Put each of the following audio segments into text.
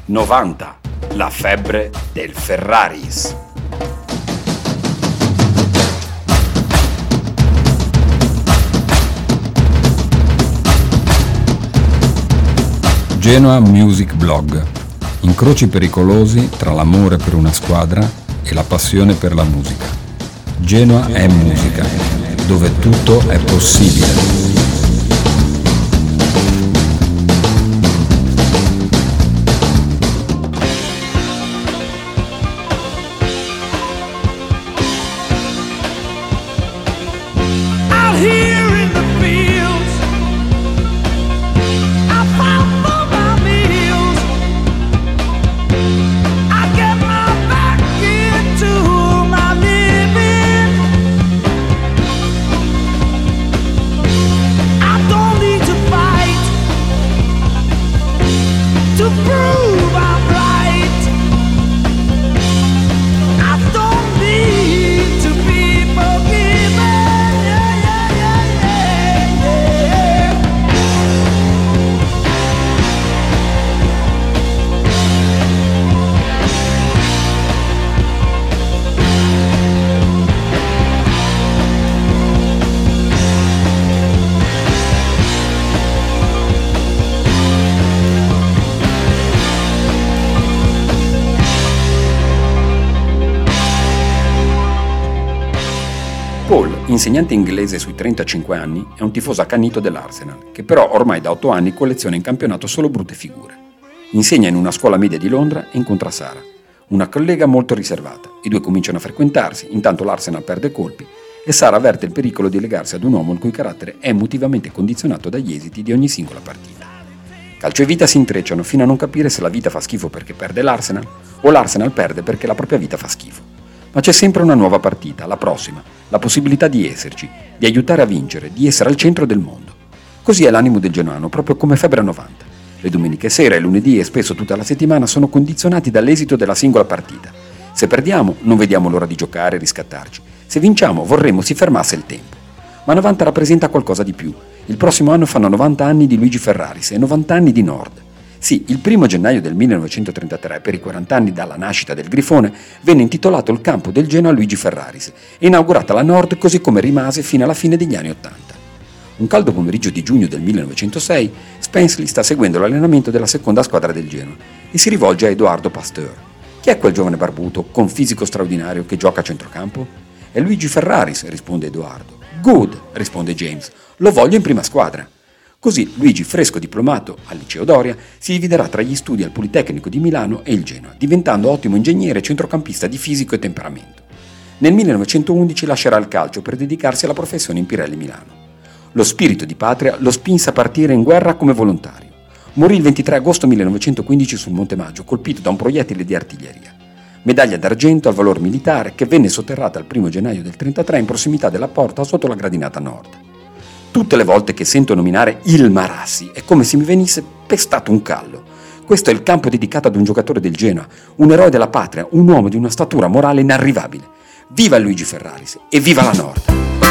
90, la febbre del Ferraris. Genoa Music Blog. Incroci pericolosi tra l'amore per una squadra e la passione per la musica. Genoa è musica, dove tutto è possibile. Paul, insegnante inglese sui 35 anni, è un tifoso accanito dell'Arsenal, che però ormai da 8 anni colleziona in campionato solo brutte figure. Insegna in una scuola media di Londra e incontra Sara, una collega molto riservata. I due cominciano a frequentarsi, intanto l'Arsenal perde colpi e Sara avverte il pericolo di legarsi ad un uomo il cui carattere è emotivamente condizionato dagli esiti di ogni singola partita. Calcio e vita si intrecciano fino a non capire se la vita fa schifo perché perde l'Arsenal o l'Arsenal perde perché la propria vita fa schifo. Ma c'è sempre una nuova partita, la prossima, la possibilità di esserci, di aiutare a vincere, di essere al centro del mondo. Così è l'animo del genoano, proprio come Febbre 90. Le domeniche sera, i lunedì e spesso tutta la settimana sono condizionati dall'esito della singola partita. Se perdiamo, non vediamo l'ora di giocare e riscattarci. Se vinciamo, vorremmo si fermasse il tempo. Ma 90 rappresenta qualcosa di più. Il prossimo anno fanno 90 anni di Luigi Ferraris e 90 anni di Nord. Sì, il 1 gennaio del 1933, per i 40 anni dalla nascita del Grifone, venne intitolato il campo del Genoa a Luigi Ferraris e inaugurata la Nord così come rimase fino alla fine degli anni '80. Un caldo pomeriggio di giugno del 1906, Spensley sta seguendo l'allenamento della seconda squadra del Genoa e si rivolge a Edoardo Pasteur. Chi è quel giovane barbuto con fisico straordinario che gioca a centrocampo? È Luigi Ferraris, risponde Edoardo. Good, risponde James, lo voglio in prima squadra. Così Luigi, fresco diplomato al Liceo Doria, si dividerà tra gli studi al Politecnico di Milano e il Genoa, diventando ottimo ingegnere e centrocampista di fisico e temperamento. Nel 1911 lascerà il calcio per dedicarsi alla professione in Pirelli Milano. Lo spirito di patria lo spinse a partire in guerra come volontario. Morì il 23 agosto 1915 sul Monte Maggio, colpito da un proiettile di artiglieria. Medaglia d'argento al valor militare che venne sotterrata il 1 gennaio del 1933 in prossimità della porta sotto la gradinata nord. Tutte le volte che sento nominare il Marassi è come se mi venisse pestato un callo. Questo è il campo dedicato ad un giocatore del Genoa, un eroe della patria, un uomo di una statura morale inarrivabile. Viva Luigi Ferraris e viva la Nord!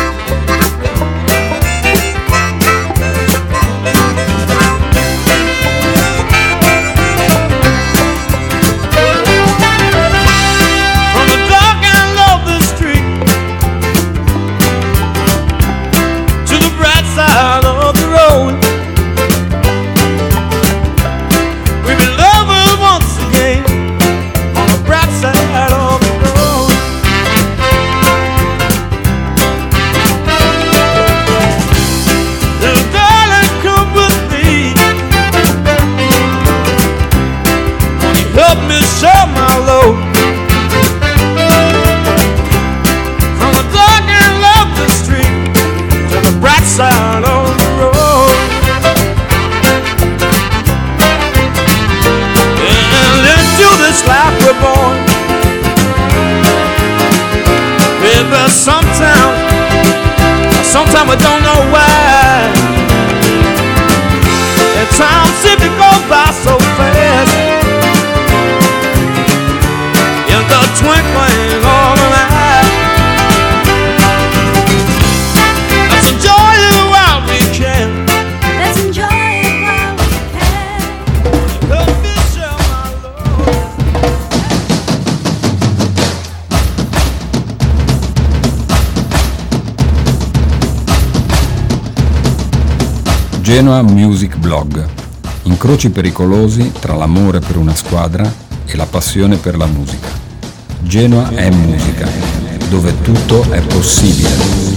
Sometimes we don't know why. And time simply goes by so fast. In the twinkling of an eye. Let's enjoy it while we can. Let's enjoy it while we can. Let me share my love. Genoa Music Blog. Incroci pericolosi tra l'amore per una squadra e la passione per la musica. Genoa è musica, dove tutto è possibile.